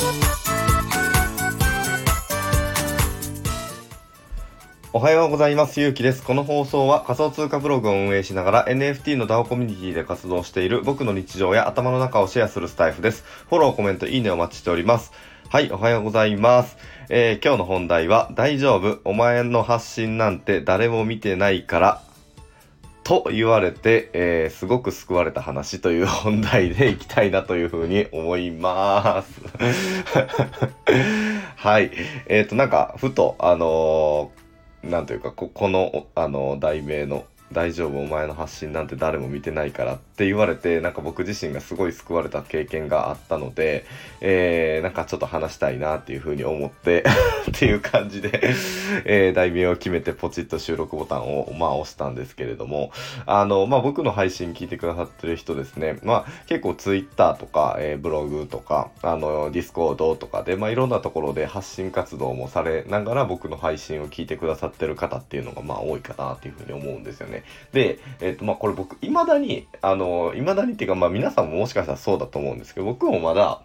おはようございます。ゆうきです。この放送は仮想通貨ブログを運営しながら NFT の DAO コミュニティで活動している僕の日常や頭の中をシェアするスタイフです。フォロー、コメント、いいねお待ちしております。はい、おはようございます。今日の本題は大丈夫、お前の発信なんて誰も見てないからと言われて、すごく救われた話という本題でいきたいなというふうに思います。はい。なんか、ふと、なんというか、この、題名の、大丈夫、お前の発信なんて誰も見てないからって言われて、なんか僕自身がすごい救われた経験があったので、なんかちょっと話したいなっていうふうに思ってっていう感じで題名を決めてポチッと収録ボタンを、押したんですけれども、僕の配信聞いてくださってる人ですね、結構ツイッターとか、ブログとか、ディスコードとかで、いろんなところで発信活動もされながら僕の配信を聞いてくださってる方っていうのが、多いかなっていうふうに思うんですよね。で、これ僕、未だにっていうか、皆さんももしかしたらそうだと思うんですけど、僕もまだ、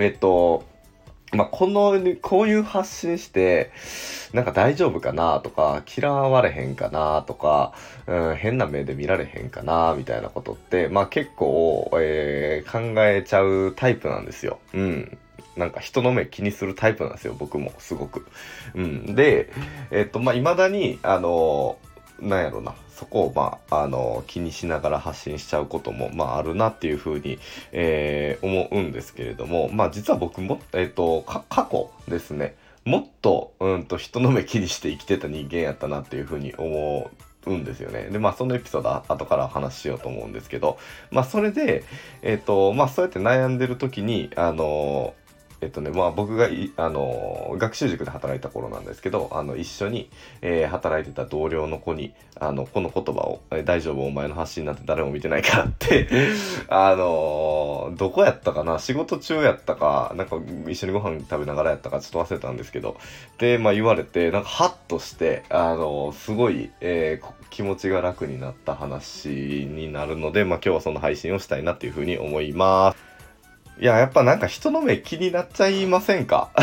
こういう発信して、なんか大丈夫かなとか、嫌われへんかなとか、変な目で見られへんかなみたいなことって、結構、考えちゃうタイプなんですよ。うん。なんか人の目気にするタイプなんですよ、僕も、すごく。うん。で、未だに、なんやろな、そこを、気にしながら発信しちゃうことも、あるなっていうふうに、思うんですけれども、実は僕も、過去ですね、もっと、人の目気にして生きてた人間やったなっていうふうに思うんですよね。で、そのエピソードは後から話しようと思うんですけど、それで、そうやって悩んでる時に、僕が学習塾で働いた頃なんですけど、一緒に、働いてた同僚の子に、この言葉を、大丈夫、お前の発信なんて誰も見てないからってどこやったかな、仕事中やったか、なんか一緒にご飯食べながらやったか、ちょっと忘れたんですけど、で、言われて、なんかハッとして、すごい、気持ちが楽になった話になるので、今日はその配信をしたいなっていうふうに思います。いや、やっぱなんか人の目気になっちゃいませんか？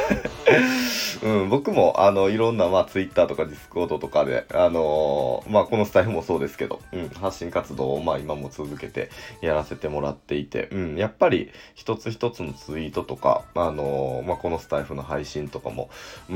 僕も、いろんな、ツイッターとかディスコードとかで、このスタイルもそうですけど、発信活動を、今も続けてやらせてもらっていて、やっぱり一つ一つのツイートとか、このスタイフの配信とかも、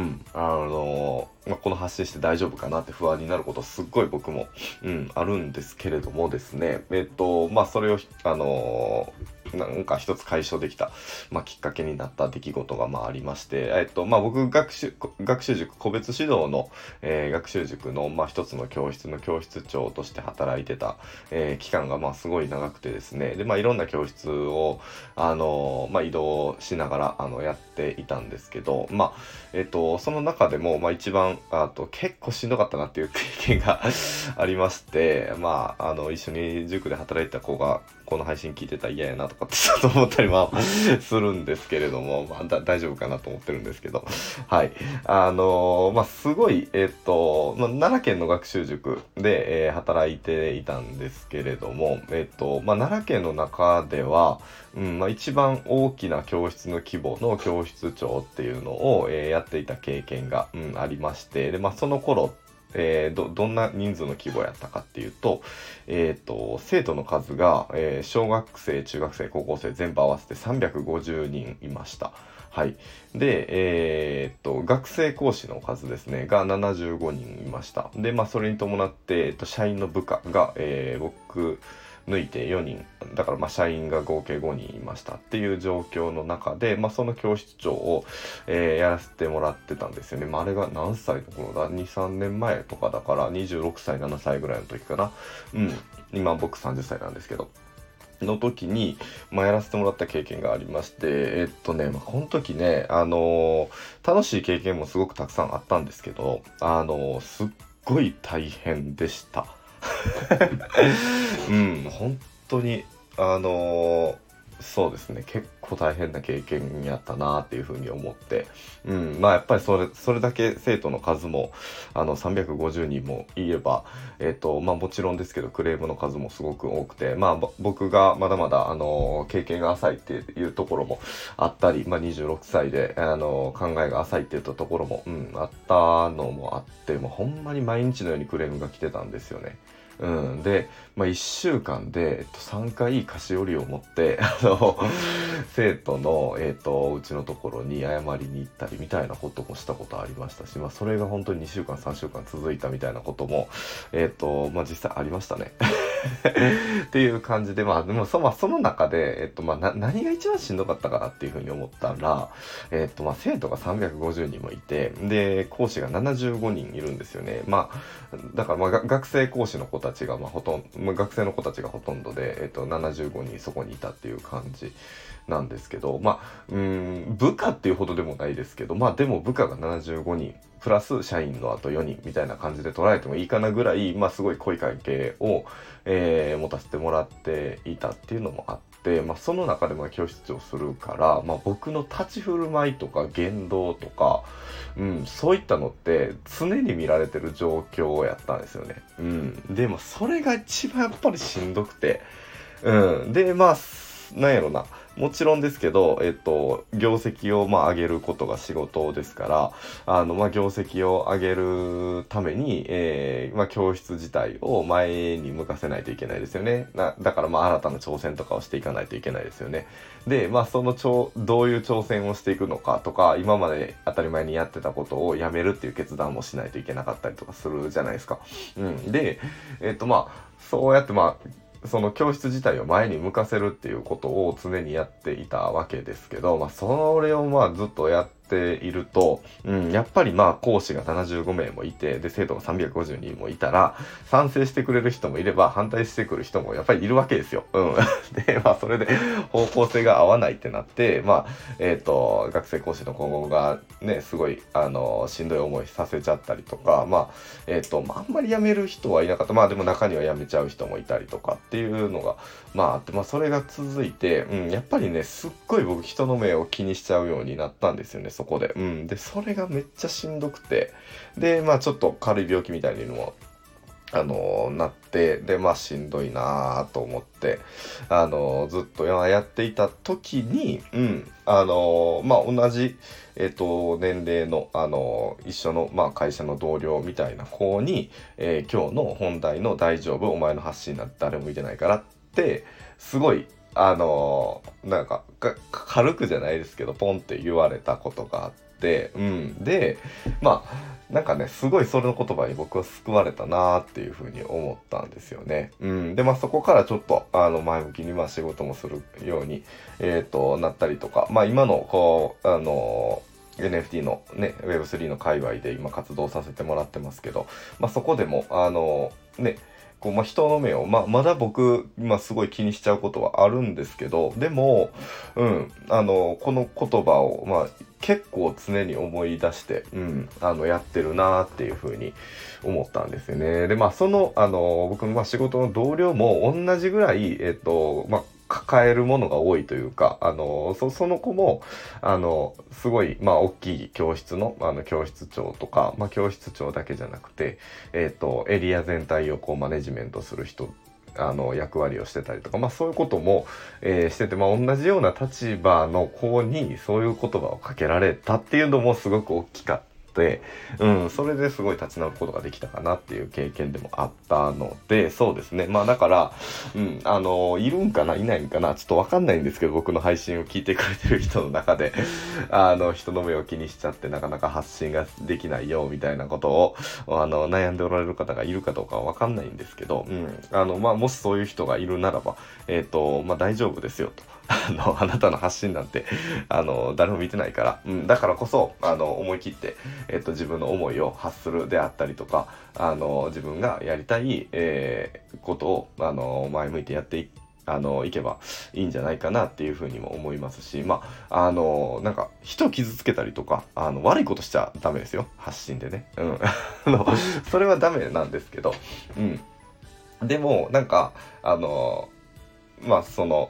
この発信して大丈夫かなって不安になることすっごい僕も、あるんですけれどもですね、それを、なんか一つ解消できた、きっかけになった出来事がありまして、僕学習塾個別指導の、学習塾の一つの教室の教室長として働いてた、期間がすごい長くてですね、でいろんな教室を移動しながらやっていたんですけど、その中でも一番結構しんどかったなっていう経験がありまして、一緒に塾で働いてた子がこの配信聞いてたら嫌やなとかってちょっと思ったりするんですけれども、大丈夫かなと思ってるんですけど、はい。すごい、奈良県の学習塾で、働いていたんですけれども、奈良県の中では、一番大きな教室の規模の教室長っていうのを、やっていた経験が、ありまして、で、その頃どんな人数の規模やったかっていうと、生徒の数が、小学生、中学生、高校生全部合わせて350人いました。はい。で、学生講師の数ですね、が75人いました。で、それに伴って、社員の部下が、僕抜いて4人、だから社員が合計5人いましたっていう状況の中で、その教室長を、やらせてもらってたんですよね。あれが何歳の頃だ ?2、3年前とかだから26歳、7歳ぐらいの時かな。今僕30歳なんですけど。の時に、やらせてもらった経験がありまして、この時ね、楽しい経験もすごくたくさんあったんですけど、すっごい大変でした。本当に、 そうですね、結構大変な経験やったなっていうふうに思って、まあやっぱりそれだけ生徒の数も350人もいれば、まあもちろんですけどクレームの数もすごく多くて、まあ僕がまだまだ経験が浅いっていうところもあったり、まあ26歳で考えが浅いっていったところも、あったのもあって、もうほんまに毎日のようにクレームが来てたんですよね。で、まあ、1週間で、3回菓子折りを持って、生徒の、うちのところに謝りに行ったりみたいなこともしたことありましたし、まあ、それが本当に2週間、3週間続いたみたいなことも、まあ、実際ありましたね。っていう感じで、まあ、でもその中で、まあ、何が一番しんどかったかなっていうふうに思ったら、まあ、生徒が350人もいて、で、講師が75人いるんですよね。まあ、だからまあ学生講師の子たちがまあ学生の子たちがほとんどで、75人そこにいたっていう感じなんですけど、まあ部下っていうほどでもないですけど、まあでも部下が75人プラス社員のあと4人みたいな感じで捉えてもいいかなぐらい、まあすごい濃い関係を、持たせてもらっていたっていうのもあって、まあその中でも教室長するから、まあ僕の立ち振る舞いとか言動とか、そういったのって常に見られてる状況やったんですよね。でもそれが一番やっぱりしんどくて、で、まあ、なんやろな。もちろんですけど、業績をまあ上げることが仕事ですから、まあ、業績を上げるために、まあ、教室自体を前に向かせないといけないですよね。だからまあ、新たな挑戦とかをしていかないといけないですよね。で、まあ、どういう挑戦をしていくのかとか、今まで当たり前にやってたことをやめるっていう決断もしないといけなかったりとかするじゃないですか。で、まあ、そうやってまあ、その教室自体を前に向かせるっていうことを常にやっていたわけですけど、まあ、それをまあずっとやっていると、やっぱりまあ講師が75名もいて、で、生徒が350人もいたら、賛成してくれる人もいれば反対してくる人もやっぱりいるわけですよ。で、まあそれで方向性が合わないってなって、まあ、学生講師の今後がね、すごい、しんどい思いさせちゃったりとか、まあ、まあ、あんまり辞める人はいなかった。まあでも中には辞めちゃう人もいたりとかっていうのが、まああって、まあそれが続いて、やっぱりね、すっごい僕人の目を気にしちゃうようになったんですよね、そこで。で、それがめっちゃしんどくて、で、まあちょっと軽い病気みたいにもなって、で、まあ、しんどいなぁと思って、ずっとやっていた時に、まあ、同じ、年齢の、一緒の、まあ、会社の同僚みたいな子に、今日の本題の大丈夫、お前の発信なんて誰も見てないからって、すごい、なんか、軽くじゃないですけど、ポンって言われたことがあって、で、まあ、なんかね、すごいそれの言葉に僕は救われたなーっていうふうに思ったんですよね。で、まあそこからちょっと、前向きにまあ仕事もするように、なったりとか、まあ今の、こう、NFT のね、Web3 の界隈で今活動させてもらってますけど、まあそこでも、ね、こうまあ、人の目を、まだ僕、すごい気にしちゃうことはあるんですけど、でも、この言葉を、まあ、結構常に思い出して、やってるなーっていうふうに思ったんですよね。で、まあ、僕のまあ仕事の同僚も同じぐらい、まあ、抱えるものが多いというか、その子も、すごい、まあ、大きい教室の、教室長とか、まあ、教室長だけじゃなくて、エリア全体をこう、マネジメントする人、役割をしてたりとか、まあ、そういうことも、してて、まあ、同じような立場の子にそういう言葉をかけられたっていうのもすごく大きかった。それですごい立ち直ることができたかなっていう経験でもあったので、そうですね。まあだから、いるんかないないんかなちょっとわかんないんですけど、僕の配信を聞いてくれてる人の中で、人の目を気にしちゃってなかなか発信ができないよ、みたいなことを、悩んでおられる方がいるかどうかはわかんないんですけど、まあもしそういう人がいるならば、まあ大丈夫ですよと。あなたの発信なんて、誰も見てないから、だからこそ、思い切って、自分の思いを発するであったりとか、自分がやりたい、ことを、前向いてやっていけばいいんじゃないかなっていうふうにも思いますし、まあ、なんか、人を傷つけたりとか、悪いことしちゃダメですよ。発信でね。それはダメなんですけど、でも、なんか、まあ、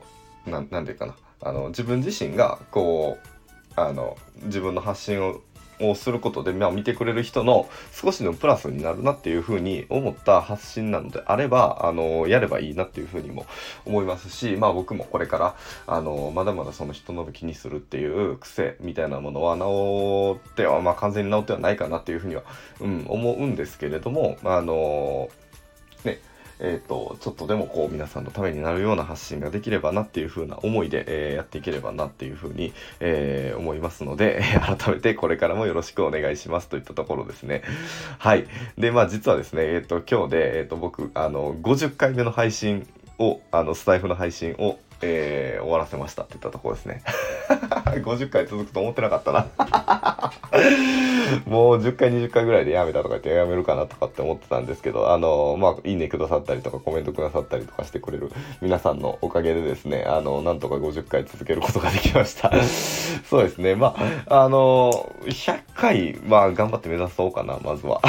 なんていうかな、自分自身がこう自分の発信をすることで、見てくれる人の少しのプラスになるなっていうふうに思った発信なのであれば、やればいいなっていうふうにも思いますし、僕もこれからまだまだその人の気にするっていう癖みたいなものは治っては、完全に治ってはないかなっていうふうには、思うんですけれども、ね、ちょっとでもこう皆さんのためになるような発信ができればなっていう風な思いで、やっていければなっていう風に、思いますので、改めてこれからもよろしくお願いしますといったところですね。はい。で、実はですね、今日で、僕、50回目の配信を、スタイフの配信を、終わらせましたっていったところですね。50回続くと思ってなかったな。もう10回20回ぐらいでやめたとか言ってやめるかなとかって思ってたんですけど、いいねくださったりとかコメントくださったりとかしてくれる皆さんのおかげでですね、なんとか50回続けることができました。そうですね。100回、頑張って目指そうかな、まずは。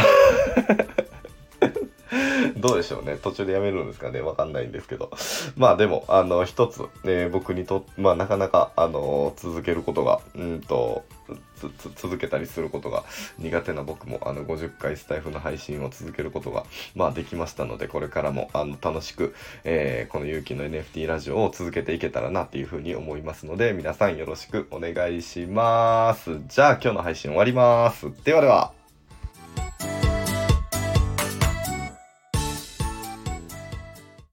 どうでしょうね。途中でやめるんですかね。わかんないんですけど。でも、一つ、僕にとなかなか、続けることが、続けたりすることが苦手な僕も、50回スタイフの配信を続けることが、できましたので、これからも、楽しく、この勇気の NFT ラジオを続けていけたらな、っていうふうに思いますので、皆さんよろしくお願いします。じゃあ、今日の配信終わります。ではでは。